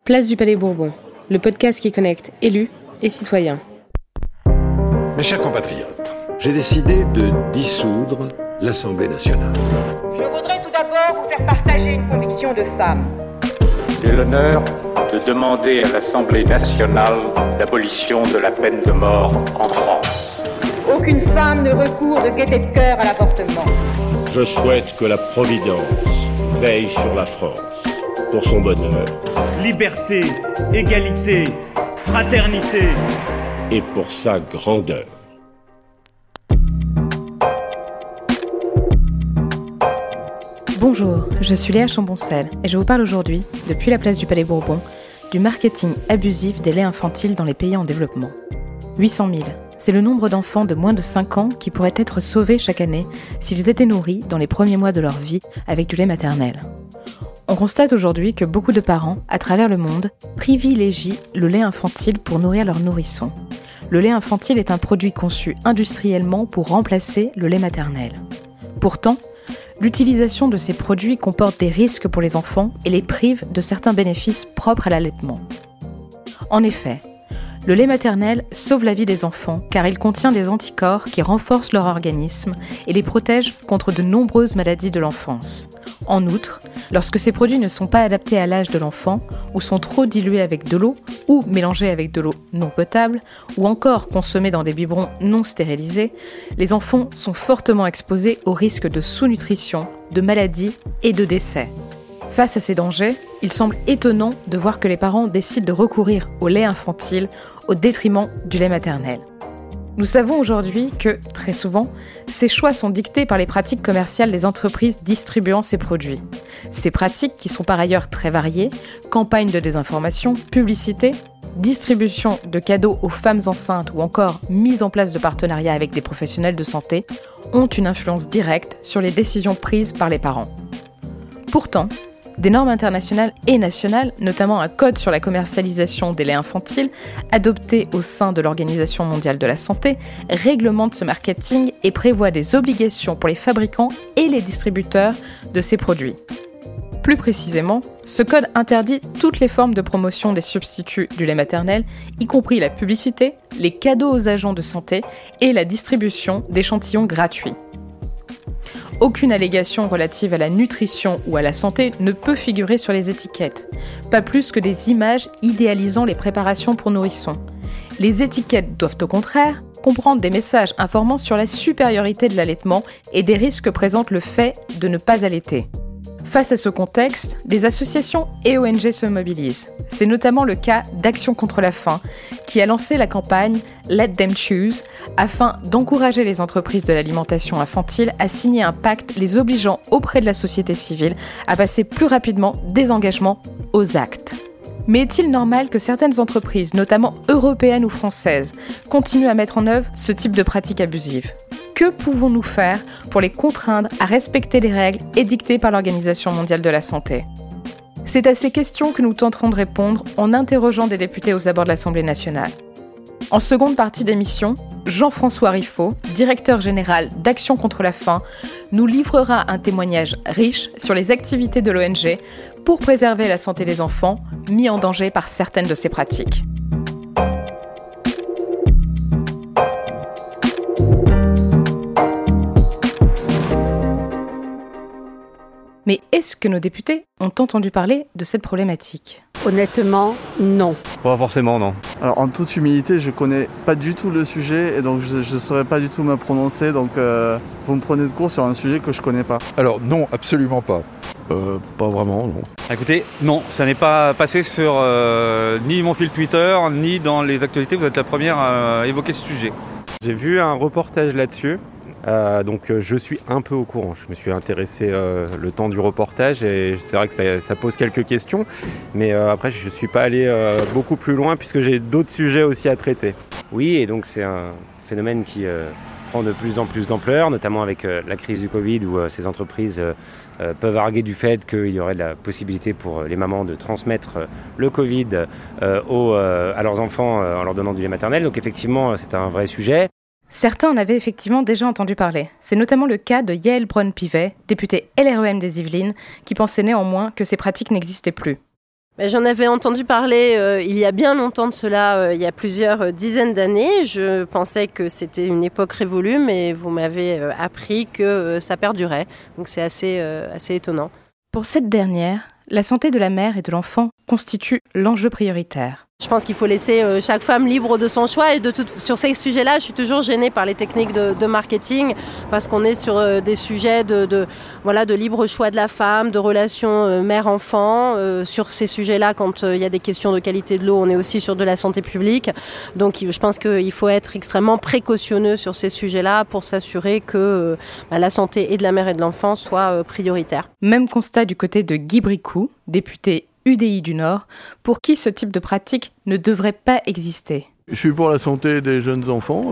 Place du Palais Bourbon, le podcast qui connecte élus et citoyens. Mes chers compatriotes, j'ai décidé de dissoudre l'Assemblée nationale. Je voudrais tout d'abord vous faire partager une conviction de femme. J'ai l'honneur de demander à l'Assemblée nationale l'abolition de la peine de mort en France. Aucune femme ne recourt de gaieté de cœur à l'avortement. Je souhaite que la Providence veille sur la France, pour son bonheur. Liberté, égalité, fraternité. Et pour sa grandeur. Bonjour, je suis Léa Chamboncel et je vous parle aujourd'hui, depuis la place du Palais Bourbon, du marketing abusif des laits infantiles dans les pays en développement. 800 000, c'est le nombre d'enfants de moins de 5 ans qui pourraient être sauvés chaque année s'ils étaient nourris dans les premiers mois de leur vie avec du lait maternel. On constate aujourd'hui que beaucoup de parents, à travers le monde, privilégient le lait infantile pour nourrir leurs nourrissons. Le lait infantile est un produit conçu industriellement pour remplacer le lait maternel. Pourtant, l'utilisation de ces produits comporte des risques pour les enfants et les prive de certains bénéfices propres à l'allaitement. En effet, le lait maternel sauve la vie des enfants car il contient des anticorps qui renforcent leur organisme et les protègent contre de nombreuses maladies de l'enfance. En outre, lorsque ces produits ne sont pas adaptés à l'âge de l'enfant, ou sont trop dilués avec de l'eau, ou mélangés avec de l'eau non potable, ou encore consommés dans des biberons non stérilisés, les enfants sont fortement exposés au risque de sous-nutrition, de maladies et de décès. Face à ces dangers, il semble étonnant de voir que les parents décident de recourir au lait infantile au détriment du lait maternel. Nous savons aujourd'hui que, très souvent, ces choix sont dictés par les pratiques commerciales des entreprises distribuant ces produits. Ces pratiques, qui sont par ailleurs très variées, campagnes de désinformation, publicité, distribution de cadeaux aux femmes enceintes ou encore mise en place de partenariats avec des professionnels de santé, ont une influence directe sur les décisions prises par les parents. Pourtant, des normes internationales et nationales, notamment un code sur la commercialisation des laits infantiles, adopté au sein de l'Organisation mondiale de la santé, réglementent ce marketing et prévoit des obligations pour les fabricants et les distributeurs de ces produits. Plus précisément, ce code interdit toutes les formes de promotion des substituts du lait maternel, y compris la publicité, les cadeaux aux agents de santé et la distribution d'échantillons gratuits. Aucune allégation relative à la nutrition ou à la santé ne peut figurer sur les étiquettes, pas plus que des images idéalisant les préparations pour nourrissons. Les étiquettes doivent au contraire comprendre des messages informant sur la supériorité de l'allaitement et des risques que présente le fait de ne pas allaiter. Face à ce contexte, des associations et ONG se mobilisent. C'est notamment le cas d'Action contre la faim, qui a lancé la campagne Let Them Choose afin d'encourager les entreprises de l'alimentation infantile à signer un pacte les obligeant auprès de la société civile à passer plus rapidement des engagements aux actes. Mais est-il normal que certaines entreprises, notamment européennes ou françaises, continuent à mettre en œuvre ce type de pratiques abusives ? Que pouvons-nous faire pour les contraindre à respecter les règles édictées par l'Organisation mondiale de la santé ? C'est à ces questions que nous tenterons de répondre en interrogeant des députés aux abords de l'Assemblée nationale. En seconde partie d'émission, Jean-François Riffaut, directeur général d'Action contre la faim, nous livrera un témoignage riche sur les activités de l'ONG pour préserver la santé des enfants mis en danger par certaines de ces pratiques. Mais est-ce que nos députés ont entendu parler de cette problématique ? Honnêtement, non. Pas forcément, non. Alors en toute humilité, je connais pas du tout le sujet et donc je ne saurais pas du tout me prononcer. Donc vous me prenez de court sur un sujet que je connais pas. Alors non, absolument pas. Pas vraiment, non. Écoutez, non, ça n'est pas passé sur ni mon fil Twitter, ni dans les actualités. Vous êtes la première à évoquer ce sujet. J'ai vu un reportage là-dessus. Donc je suis un peu au courant, je me suis intéressé le temps du reportage et c'est vrai que ça pose quelques questions, mais après je ne suis pas allé beaucoup plus loin puisque j'ai d'autres sujets aussi à traiter. Oui, et donc c'est un phénomène qui prend de plus en plus d'ampleur, notamment avec la crise du Covid où ces entreprises peuvent arguer du fait qu'il y aurait de la possibilité pour les mamans de transmettre le Covid à leurs enfants en leur donnant du lait maternel, donc effectivement c'est un vrai sujet. Certains en avaient effectivement déjà entendu parler. C'est notamment le cas de Yael Braun-Pivet, députée LREM des Yvelines, qui pensait néanmoins que ces pratiques n'existaient plus. J'en avais entendu parler il y a bien longtemps de cela, il y a plusieurs dizaines d'années. Je pensais que c'était une époque révolue, mais vous m'avez appris que ça perdurait. Donc c'est assez étonnant. Pour cette dernière, la santé de la mère et de l'enfant constitue l'enjeu prioritaire. Je pense qu'il faut laisser chaque femme libre de son choix et sur ces sujets-là, je suis toujours gênée par les techniques de marketing parce qu'on est sur des sujets de libre choix de la femme, de relations mère-enfant. Sur ces sujets-là, quand il y a des questions de qualité de l'eau, on est aussi sur de la santé publique. Donc je pense qu'il faut être extrêmement précautionneux sur ces sujets-là pour s'assurer que la santé et de la mère et de l'enfant soit prioritaire. Même constat du côté de Guy Bricout, député UDI du Nord, pour qui ce type de pratique ne devrait pas exister. Je suis pour la santé des jeunes enfants.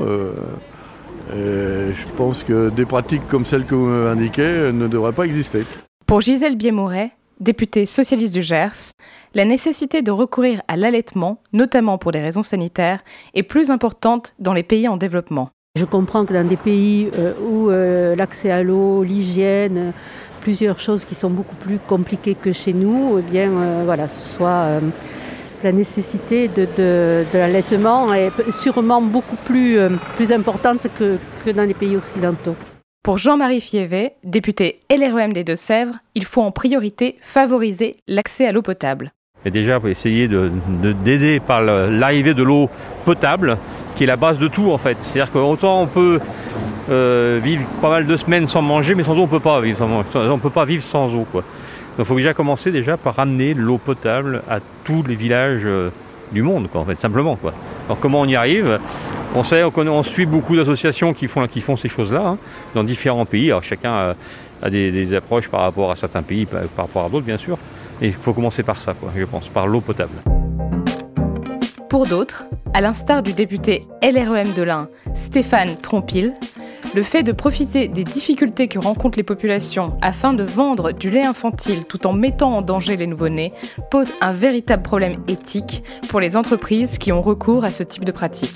Je pense que des pratiques comme celles que vous m'avez indiquées ne devraient pas exister. Pour Gisèle Biémouret, députée socialiste du Gers, la nécessité de recourir à l'allaitement, notamment pour des raisons sanitaires, est plus importante dans les pays en développement. Je comprends que dans des pays où l'accès à l'eau, l'hygiène, plusieurs choses qui sont beaucoup plus compliquées que chez nous, ce soit la nécessité de l'allaitement est sûrement beaucoup plus importante que dans les pays occidentaux. Pour Jean-Marie Fievet, député LREM des Deux-Sèvres, il faut en priorité favoriser l'accès à l'eau potable. Et déjà, pour essayer d'aider par l'arrivée de l'eau potable, qui est la base de tout en fait. C'est-à-dire qu'autant on peut vivre pas mal de semaines sans manger, mais sans eau on peut pas vivre on peut pas vivre sans eau, quoi. Donc il faut déjà commencer par ramener l'eau potable à tous les villages du monde, quoi, en fait, simplement, quoi. Alors comment on y arrive ? On suit beaucoup d'associations qui font ces choses-là dans différents pays. Alors chacun a des approches par rapport à certains pays, par rapport à d'autres bien sûr. Et il faut commencer par ça, quoi, je pense, par l'eau potable. Pour d'autres, à l'instar du député LREM de l'Ain, Stéphane Trompil, le fait de profiter des difficultés que rencontrent les populations afin de vendre du lait infantile tout en mettant en danger les nouveau-nés pose un véritable problème éthique pour les entreprises qui ont recours à ce type de pratique.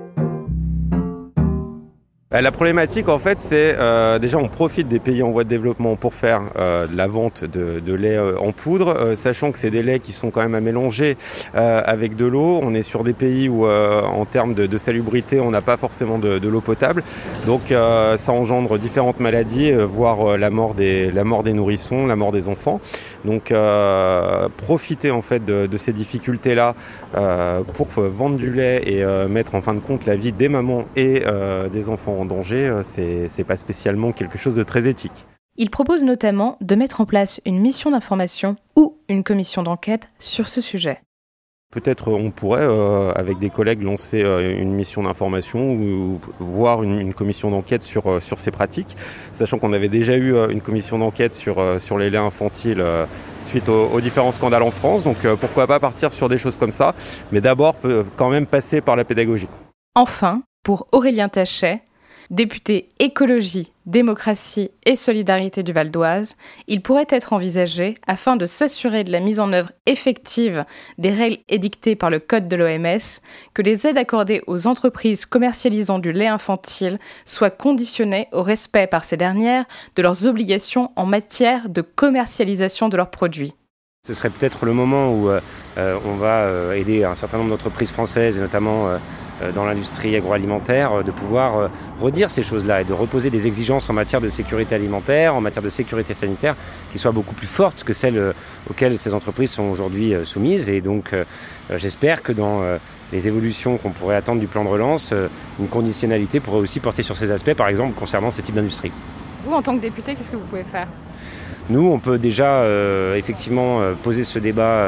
La problématique, en fait, c'est déjà on profite des pays en voie de développement pour faire de la vente de lait en poudre, sachant que c'est des laits qui sont quand même à mélanger avec de l'eau. On est sur des pays où, en termes de salubrité, on n'a pas forcément de l'eau potable. Donc, ça engendre différentes maladies, voire la mort des nourrissons, la mort des enfants. Donc, profiter en fait de ces difficultés-là pour vendre du lait et mettre en fin de compte la vie des mamans et des enfants en danger, c'est pas spécialement quelque chose de très éthique. Il propose notamment de mettre en place une mission d'information ou une commission d'enquête sur ce sujet. Peut-être on pourrait, avec des collègues, lancer une mission d'information ou voir une commission d'enquête sur ces pratiques, sachant qu'on avait déjà eu une commission d'enquête sur les laits infantiles suite aux différents scandales en France. Donc pourquoi pas partir sur des choses comme ça, mais d'abord quand même passer par la pédagogie. Enfin, pour Aurélien Tachet, député écologie, démocratie et solidarité du Val d'Oise, il pourrait être envisagé, afin de s'assurer de la mise en œuvre effective des règles édictées par le Code de l'OMS, que les aides accordées aux entreprises commercialisant du lait infantile soient conditionnées au respect par ces dernières de leurs obligations en matière de commercialisation de leurs produits. Ce serait peut-être le moment où on va aider un certain nombre d'entreprises françaises, et notamment dans l'industrie agroalimentaire, de pouvoir redire ces choses-là et de reposer des exigences en matière de sécurité alimentaire, en matière de sécurité sanitaire, qui soient beaucoup plus fortes que celles auxquelles ces entreprises sont aujourd'hui soumises. Et donc j'espère que dans les évolutions qu'on pourrait attendre du plan de relance, une conditionnalité pourrait aussi porter sur ces aspects, par exemple concernant ce type d'industrie. Vous, en tant que député, qu'est-ce que vous pouvez faire ? Nous, on peut déjà effectivement poser ce débat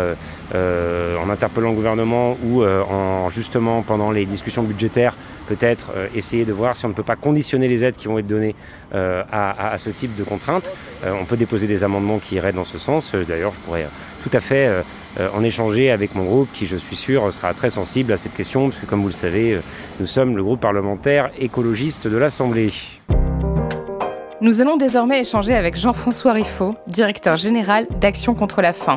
en interpellant le gouvernement ou en justement pendant les discussions budgétaires, peut-être essayer de voir si on ne peut pas conditionner les aides qui vont être données à ce type de contraintes. On peut déposer des amendements qui iraient dans ce sens. D'ailleurs, je pourrais tout à fait en échanger avec mon groupe qui, je suis sûr, sera très sensible à cette question, parce que comme vous le savez, nous sommes le groupe parlementaire écologiste de l'Assemblée. Nous allons désormais échanger avec Jean-François Riffaut, directeur général d'Action contre la faim.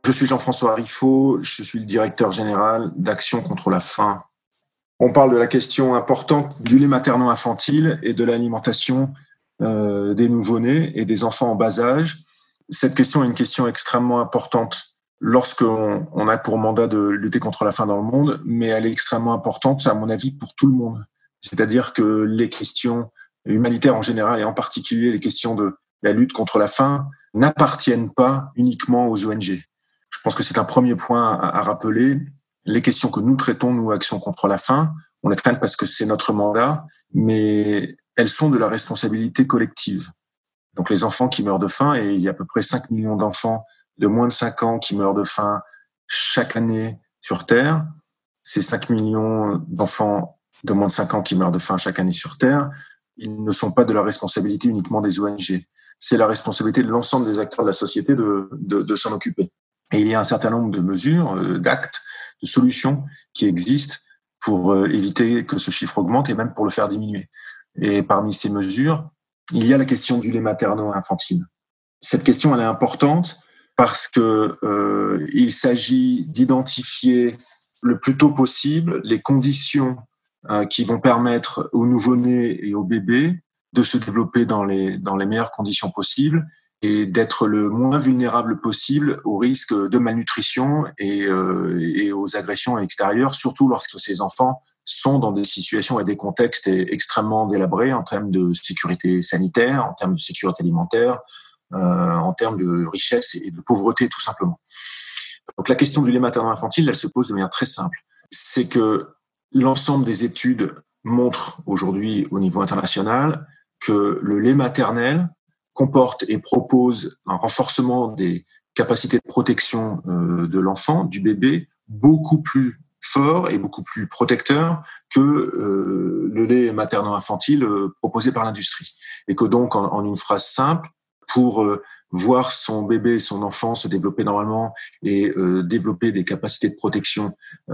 Je suis Jean-François Riffaut, je suis le directeur général d'Action contre la faim. On parle de la question importante du lait materno-infantile et de l'alimentation des nouveau-nés et des enfants en bas âge. Cette question est une question extrêmement importante lorsqu'on a pour mandat de lutter contre la faim dans le monde, mais elle est extrêmement importante, à mon avis, pour tout le monde. C'est-à-dire que les questions humanitaires en général et en particulier les questions de la lutte contre la faim n'appartiennent pas uniquement aux ONG. Je pense que c'est un premier point à rappeler. Les questions que nous traitons, nous, Action contre la faim, on les traite parce que c'est notre mandat, mais elles sont de la responsabilité collective. Donc les enfants qui meurent de faim, et il y a à peu près 5 millions d'enfants de moins de 5 ans qui meurent de faim chaque année sur Terre. Ces 5 millions d'enfants de moins de 5 ans qui meurent de faim chaque année sur Terre, ils ne sont pas de la responsabilité uniquement des ONG. C'est la responsabilité de l'ensemble des acteurs de la société de s'en occuper. Et il y a un certain nombre de mesures, d'actes, de solutions qui existent pour éviter que ce chiffre augmente et même pour le faire diminuer. Et parmi ces mesures, il y a la question du lait materno-infantile. Cette question, elle est importante parce que il s'agit d'identifier le plus tôt possible les conditions qui vont permettre aux nouveau-nés et aux bébés de se développer dans les meilleures conditions possibles et d'être le moins vulnérable possible au risque de malnutrition et aux agressions extérieures, surtout lorsque ces enfants sont dans des situations et des contextes extrêmement délabrés en termes de sécurité sanitaire, en termes de sécurité alimentaire, en termes de richesse et de pauvreté tout simplement. Donc la question du lait materno-infantile, elle se pose de manière très simple. C'est que l'ensemble des études montrent aujourd'hui au niveau international que le lait maternel comporte et propose un renforcement des capacités de protection de l'enfant, du bébé, beaucoup plus fort et beaucoup plus protecteur que le lait materno-infantile proposé par l'industrie. Et que donc, en une phrase simple, pour voir son bébé, son enfant se développer normalement et développer des capacités de protection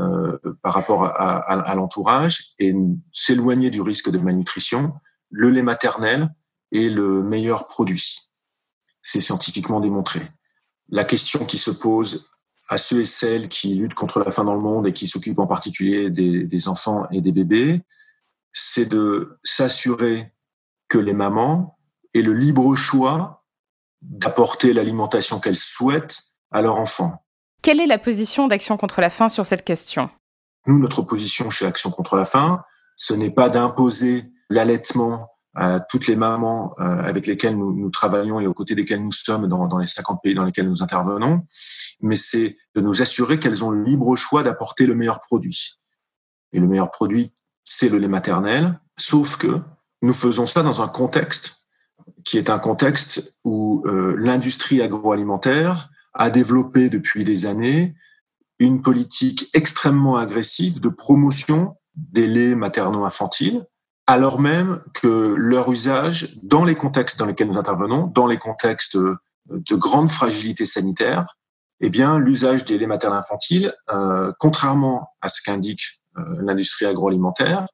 par rapport à l'entourage et s'éloigner du risque de malnutrition, le lait maternel est le meilleur produit. C'est scientifiquement démontré. La question qui se pose à ceux et celles qui luttent contre la faim dans le monde et qui s'occupent en particulier des enfants et des bébés, c'est de s'assurer que les mamans aient le libre choix d'apporter l'alimentation qu'elles souhaitent à leur enfant. Quelle est la position d'Action contre la faim sur cette question ? Nous, notre position chez Action contre la faim, ce n'est pas d'imposer l'allaitement à toutes les mamans avec lesquelles nous travaillons et aux côtés desquelles nous sommes dans les 50 pays dans lesquels nous intervenons, mais c'est de nous assurer qu'elles ont le libre choix d'apporter le meilleur produit. Et le meilleur produit, c'est le lait maternel, sauf que nous faisons ça dans un contexte qui est un contexte où l'industrie agroalimentaire a développé depuis des années une politique extrêmement agressive de promotion des laits materno-infantiles, alors même que leur usage, dans les contextes dans lesquels nous intervenons, dans les contextes de grande fragilité sanitaire, eh bien, l'usage des laits materno-infantiles, contrairement à ce qu'indique l'industrie agroalimentaire,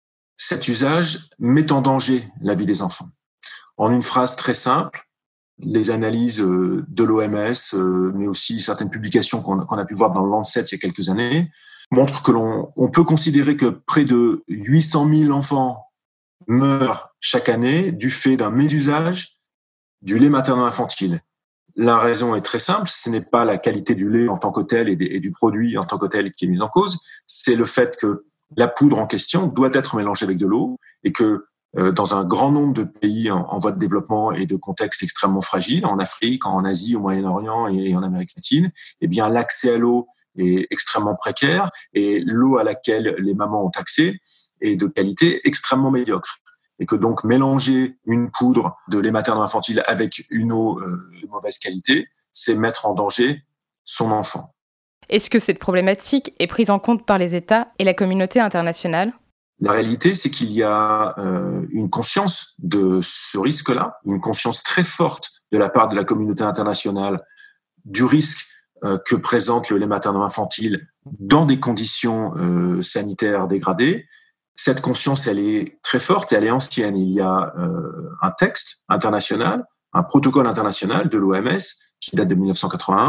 cet usage met en danger la vie des enfants. En une phrase très simple, les analyses de l'OMS, mais aussi certaines publications qu'on a pu voir dans le Lancet il y a quelques années, montrent que on peut considérer que près de 800 000 enfants meurent chaque année du fait d'un mésusage du lait materno-infantile. La raison est très simple, ce n'est pas la qualité du lait en tant que tel et du produit en tant que tel qui est mise en cause, c'est le fait que la poudre en question doit être mélangée avec de l'eau et que dans un grand nombre de pays en voie de développement et de contextes extrêmement fragiles, en Afrique, en Asie, au Moyen-Orient et en Amérique latine, eh bien l'accès à l'eau est extrêmement précaire et l'eau à laquelle les mamans ont accès est de qualité extrêmement médiocre. Et que donc mélanger une poudre de lait materno-infantile avec une eau de mauvaise qualité, c'est mettre en danger son enfant. Est-ce que cette problématique est prise en compte par les États et la communauté internationale ? La réalité, c'est qu'il y a une conscience de ce risque-là, une conscience très forte de la part de la communauté internationale du risque que présente le lait materno-infantile dans des conditions sanitaires dégradées. Cette conscience, elle est très forte et elle est ancienne. Il y a un texte international, un protocole international de l'OMS qui date de 1981,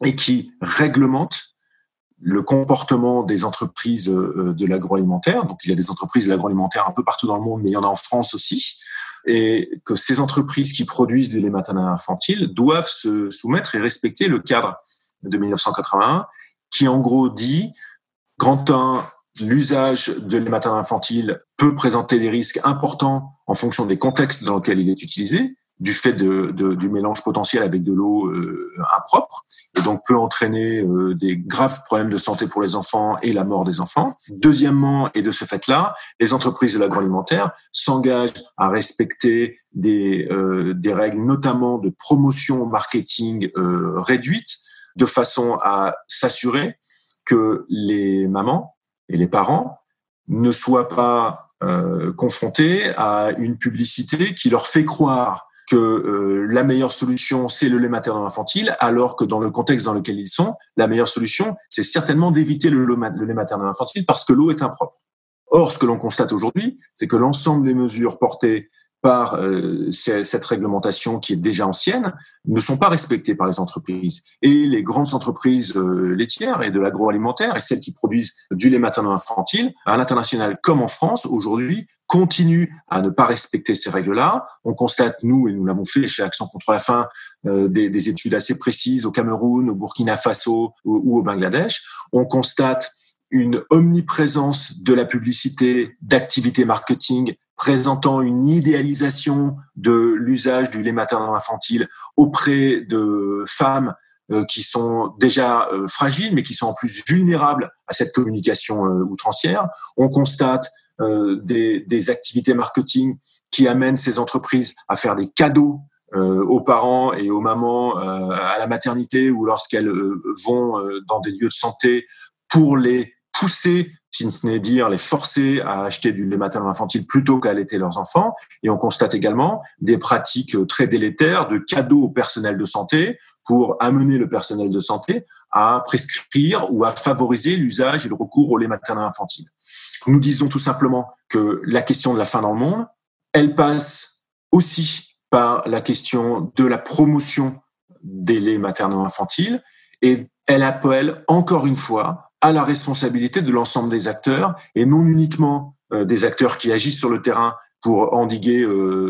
et qui réglemente le comportement des entreprises de l'agroalimentaire. Donc, il y a des entreprises de l'agroalimentaire un peu partout dans le monde, mais il y en a en France aussi. Et que ces entreprises qui produisent du lait maternel infantile doivent se soumettre et respecter le cadre de 1981 qui, en gros, dit quand l'usage de lait maternel infantile peut présenter des risques importants en fonction des contextes dans lesquels il est utilisé, du fait du mélange potentiel avec de l'eau impropre, et donc peut entraîner des graves problèmes de santé pour les enfants et la mort des enfants. Deuxièmement, et de ce fait-là, les entreprises de l'agroalimentaire s'engagent à respecter des règles, notamment de promotion marketing réduites, de façon à s'assurer que les mamans et les parents ne soient pas confrontés à une publicité qui leur fait croire que la meilleure solution, c'est le lait maternel infantile, alors que dans le contexte dans lequel ils sont, la meilleure solution, c'est certainement d'éviter le lait maternel infantile parce que l'eau est impropre. Or, ce que l'on constate aujourd'hui, c'est que l'ensemble des mesures portées par cette réglementation qui est déjà ancienne ne sont pas respectées par les entreprises. Et les grandes entreprises laitières et de l'agroalimentaire et celles qui produisent du lait maternel infantile, à l'international comme en France, aujourd'hui, continuent à ne pas respecter ces règles-là. On constate, nous, et nous l'avons fait chez Action contre la faim, des études assez précises au Cameroun, au Burkina Faso ou au Bangladesh. On constate une omniprésence de la publicité, d'activités marketing présentant une idéalisation de l'usage du lait maternel infantile auprès de femmes qui sont déjà fragiles, mais qui sont en plus vulnérables à cette communication outrancière. On constate des activités marketing qui amènent ces entreprises à faire des cadeaux aux parents et aux mamans à la maternité ou lorsqu'elles vont dans des lieux de santé pour les pousser, si ce n'est dire les forcer à acheter du lait maternel infantile plutôt qu'à allaiter leurs enfants. Et on constate également des pratiques très délétères de cadeaux au personnel de santé pour amener le personnel de santé à prescrire ou à favoriser l'usage et le recours au lait maternel infantile. Nous disons tout simplement que la question de la faim dans le monde, elle passe aussi par la question de la promotion des laits maternels infantiles et elle appelle encore une fois à la responsabilité de l'ensemble des acteurs et non uniquement des acteurs qui agissent sur le terrain pour endiguer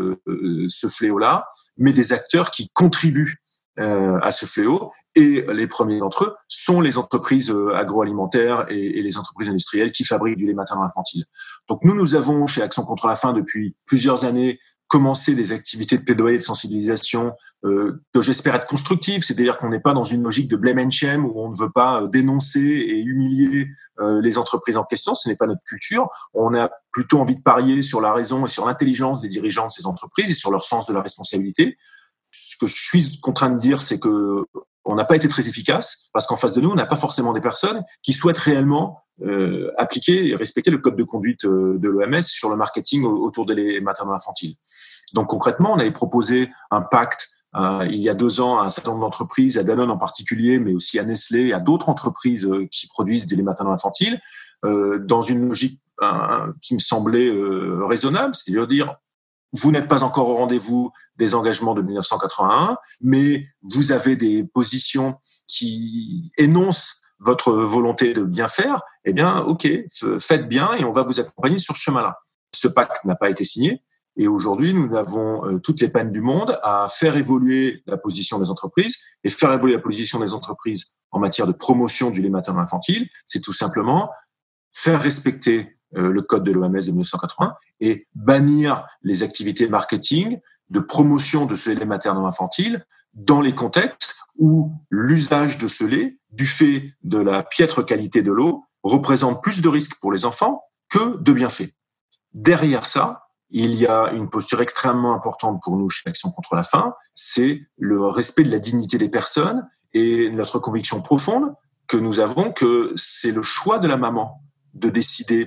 ce fléau-là, mais des acteurs qui contribuent à ce fléau. Et les premiers d'entre eux sont les entreprises agroalimentaires et les entreprises industrielles qui fabriquent du lait maternel infantile. Donc nous avons chez Action contre la faim depuis plusieurs années commencé des activités de plaidoyer, de sensibilisation que j'espère être constructives, c'est-à-dire qu'on n'est pas dans une logique de blame and shame où on ne veut pas dénoncer et humilier les entreprises en question, ce n'est pas notre culture. On a plutôt envie de parier sur la raison et sur l'intelligence des dirigeants de ces entreprises et sur leur sens de la responsabilité. Ce que je suis contraint de dire, c'est que on n'a pas été très efficace parce qu'en face de nous, on n'a pas forcément des personnes qui souhaitent réellement appliquer et respecter le code de conduite de l'OMS sur le marketing autour des laits maternels infantiles. Donc concrètement, on avait proposé un pacte il y a 2 ans à un certain nombre d'entreprises, à Danone en particulier, mais aussi à Nestlé, à d'autres entreprises qui produisent des laits maternels infantiles, dans une logique qui me semblait raisonnable, c'est-à-dire dire vous n'êtes pas encore au rendez-vous des engagements de 1981, mais vous avez des positions qui énoncent votre volonté de bien faire, eh bien, ok, faites bien et on va vous accompagner sur ce chemin-là. Ce pacte n'a pas été signé et aujourd'hui, nous avons toutes les peines du monde à faire évoluer la position des entreprises et faire évoluer la position des entreprises en matière de promotion du lait maternel infantile. C'est tout simplement faire respecter le code de l'OMS de 1980 et bannir les activités marketing de promotion de ce lait maternel infantile dans les contextes où l'usage de ce lait, du fait de la piètre qualité de l'eau, représente plus de risques pour les enfants que de bienfaits. Derrière ça, il y a une posture extrêmement importante pour nous chez Action contre la faim, c'est le respect de la dignité des personnes et notre conviction profonde que nous avons que c'est le choix de la maman de décider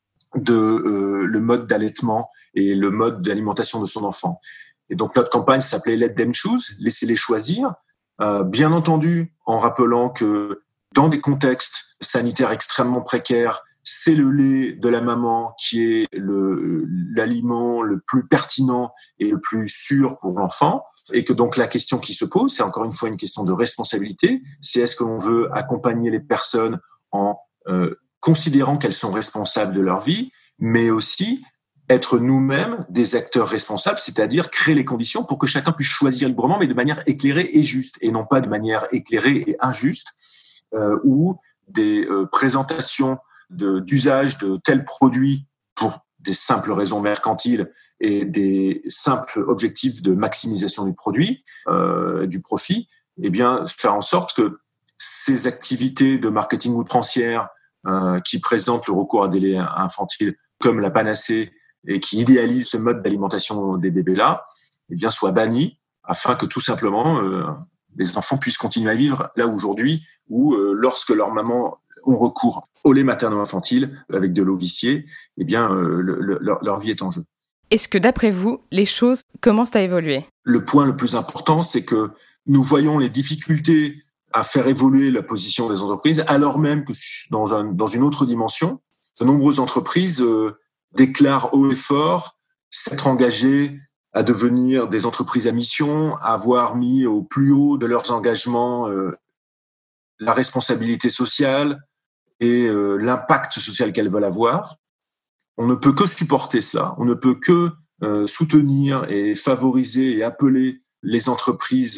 de le mode d'allaitement et le mode d'alimentation de son enfant. Et donc notre campagne s'appelait Let Them Choose, laissez-les choisir, bien entendu en rappelant que dans des contextes sanitaires extrêmement précaires, c'est le lait de la maman qui est l'aliment le plus pertinent et le plus sûr pour l'enfant. Et que donc la question qui se pose, c'est encore une fois une question de responsabilité. C'est est-ce que l'on veut accompagner les personnes en considérant qu'elles sont responsables de leur vie, mais aussi être nous-mêmes des acteurs responsables, c'est-à-dire créer les conditions pour que chacun puisse choisir librement, mais de manière éclairée et juste, et non pas de manière éclairée et injuste, où des présentations d'usage de tels produits pour des simples raisons mercantiles et des simples objectifs de maximisation du produit, du profit, eh bien, faire en sorte que ces activités de marketing outrancière qui présentent le recours à des laits infantiles comme la panacée et qui idéalisent ce mode d'alimentation des bébés-là, eh bien, soient bannies afin que tout simplement les enfants puissent continuer à vivre là aujourd'hui où lorsque leurs mamans ont recours au lait materno-infantile avec de l'eau viciée, eh bien, leur vie est en jeu. Est-ce que, d'après vous, les choses commencent à évoluer ? Le point le plus important, c'est que nous voyons les difficultés à faire évoluer la position des entreprises, alors même que dans une autre dimension, de nombreuses entreprises déclarent haut et fort s'être engagées à devenir des entreprises à mission, à avoir mis au plus haut de leurs engagements la responsabilité sociale et l'impact social qu'elles veulent avoir. On ne peut que supporter cela, on ne peut que soutenir et favoriser et appeler les entreprises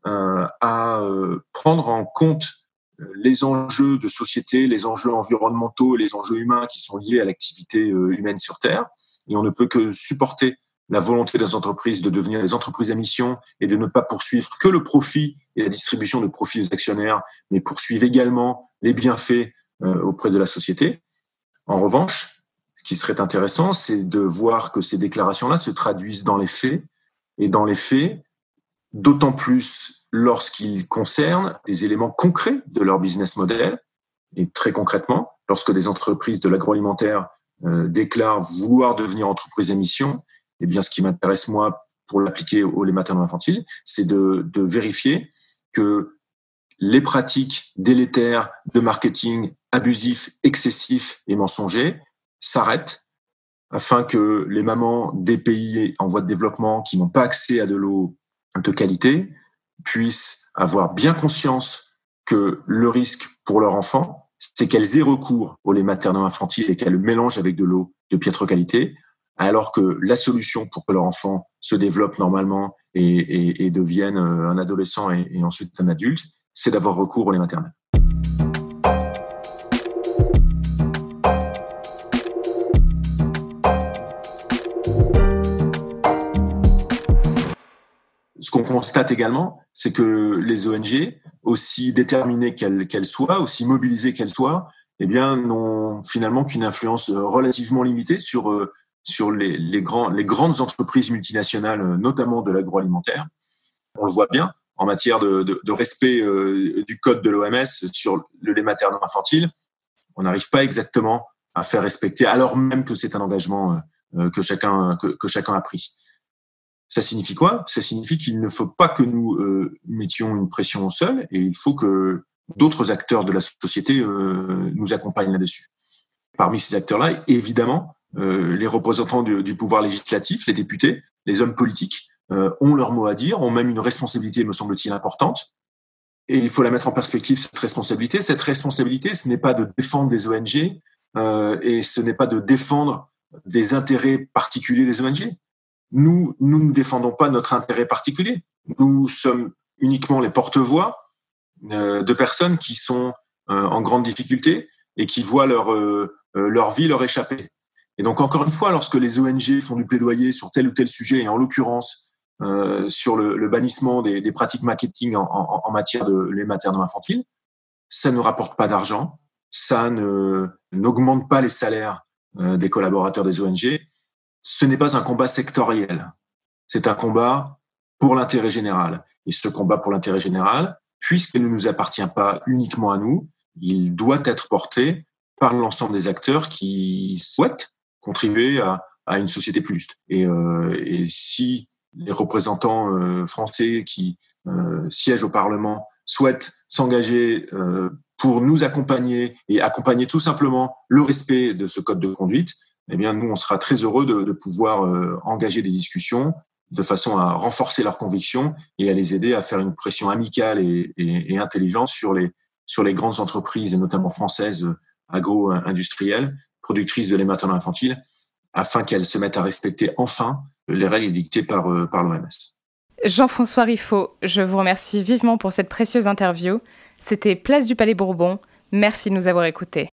à prendre en compte les enjeux de société, les enjeux environnementaux et les enjeux humains qui sont liés à l'activité humaine sur Terre. Et on ne peut que supporter la volonté des entreprises de devenir des entreprises à mission et de ne pas poursuivre que le profit et la distribution de profits aux actionnaires, mais poursuivre également les bienfaits auprès de la société. En revanche, ce qui serait intéressant, c'est de voir que ces déclarations-là se traduisent dans les faits, et dans les faits, d'autant plus lorsqu'ils concernent des éléments concrets de leur business model. Et très concrètement, lorsque des entreprises de l'agroalimentaire déclarent vouloir devenir entreprises à mission, eh bien, ce qui m'intéresse, moi, pour l'appliquer au lait materno-infantile, c'est de vérifier que les pratiques délétères de marketing abusif, excessif et mensonger s'arrêtent afin que les mamans des pays en voie de développement qui n'ont pas accès à de l'eau de qualité puissent avoir bien conscience que le risque pour leur enfant, c'est qu'elles aient recours au lait materno-infantile et qu'elles le mélangent avec de l'eau de piètre qualité, alors que la solution pour que leur enfant se développe normalement et devienne un adolescent et ensuite un adulte, c'est d'avoir recours au lait maternel. Ce qu'on constate également, c'est que les ONG, aussi déterminées qu'elles soient, aussi mobilisées qu'elles soient, eh bien, n'ont finalement qu'une influence relativement limitée sur les grandes entreprises multinationales, notamment de l'agroalimentaire. On le voit bien en matière de respect du code de l'OMS sur le lait materno-infantile. On n'arrive pas exactement à faire respecter, alors même que c'est un engagement que chacun a pris. Ça signifie quoi ? Ça signifie qu'il ne faut pas que nous mettions une pression seuls, et il faut que d'autres acteurs de la société nous accompagnent là-dessus. Parmi ces acteurs-là, évidemment, les représentants du pouvoir législatif, les députés, les hommes politiques ont leur mot à dire, ont même une responsabilité, me semble-t-il, importante. Et il faut la mettre en perspective, cette responsabilité. Cette responsabilité, ce n'est pas de défendre des ONG et ce n'est pas de défendre des intérêts particuliers des ONG. Nous ne défendons pas notre intérêt particulier. Nous sommes uniquement les porte-voix de personnes qui sont en grande difficulté et qui voient leur vie leur échapper. Et donc, encore une fois, lorsque les ONG font du plaidoyer sur tel ou tel sujet, et en l'occurrence sur le bannissement des pratiques marketing en matière de lait materno-infantile, ça ne rapporte pas d'argent, ça n'augmente pas les salaires des collaborateurs des ONG. Ce n'est pas un combat sectoriel, c'est un combat pour l'intérêt général. Et ce combat pour l'intérêt général, puisqu'il ne nous appartient pas uniquement à nous, il doit être porté par l'ensemble des acteurs qui souhaitent contribuer à une société plus juste. Et si les représentants français qui siègent au Parlement souhaitent s'engager pour nous accompagner et accompagner tout simplement le respect de ce code de conduite, eh bien, nous, on sera très heureux de pouvoir engager des discussions de façon à renforcer leurs convictions et à les aider à faire une pression amicale et intelligente sur les grandes entreprises, et notamment françaises agro-industrielles, productrices de lait maternel infantile, afin qu'elles se mettent à respecter enfin les règles dictées par l'OMS. Jean-François Riffaut, je vous remercie vivement pour cette précieuse interview. C'était Place du Palais Bourbon. Merci de nous avoir écoutés.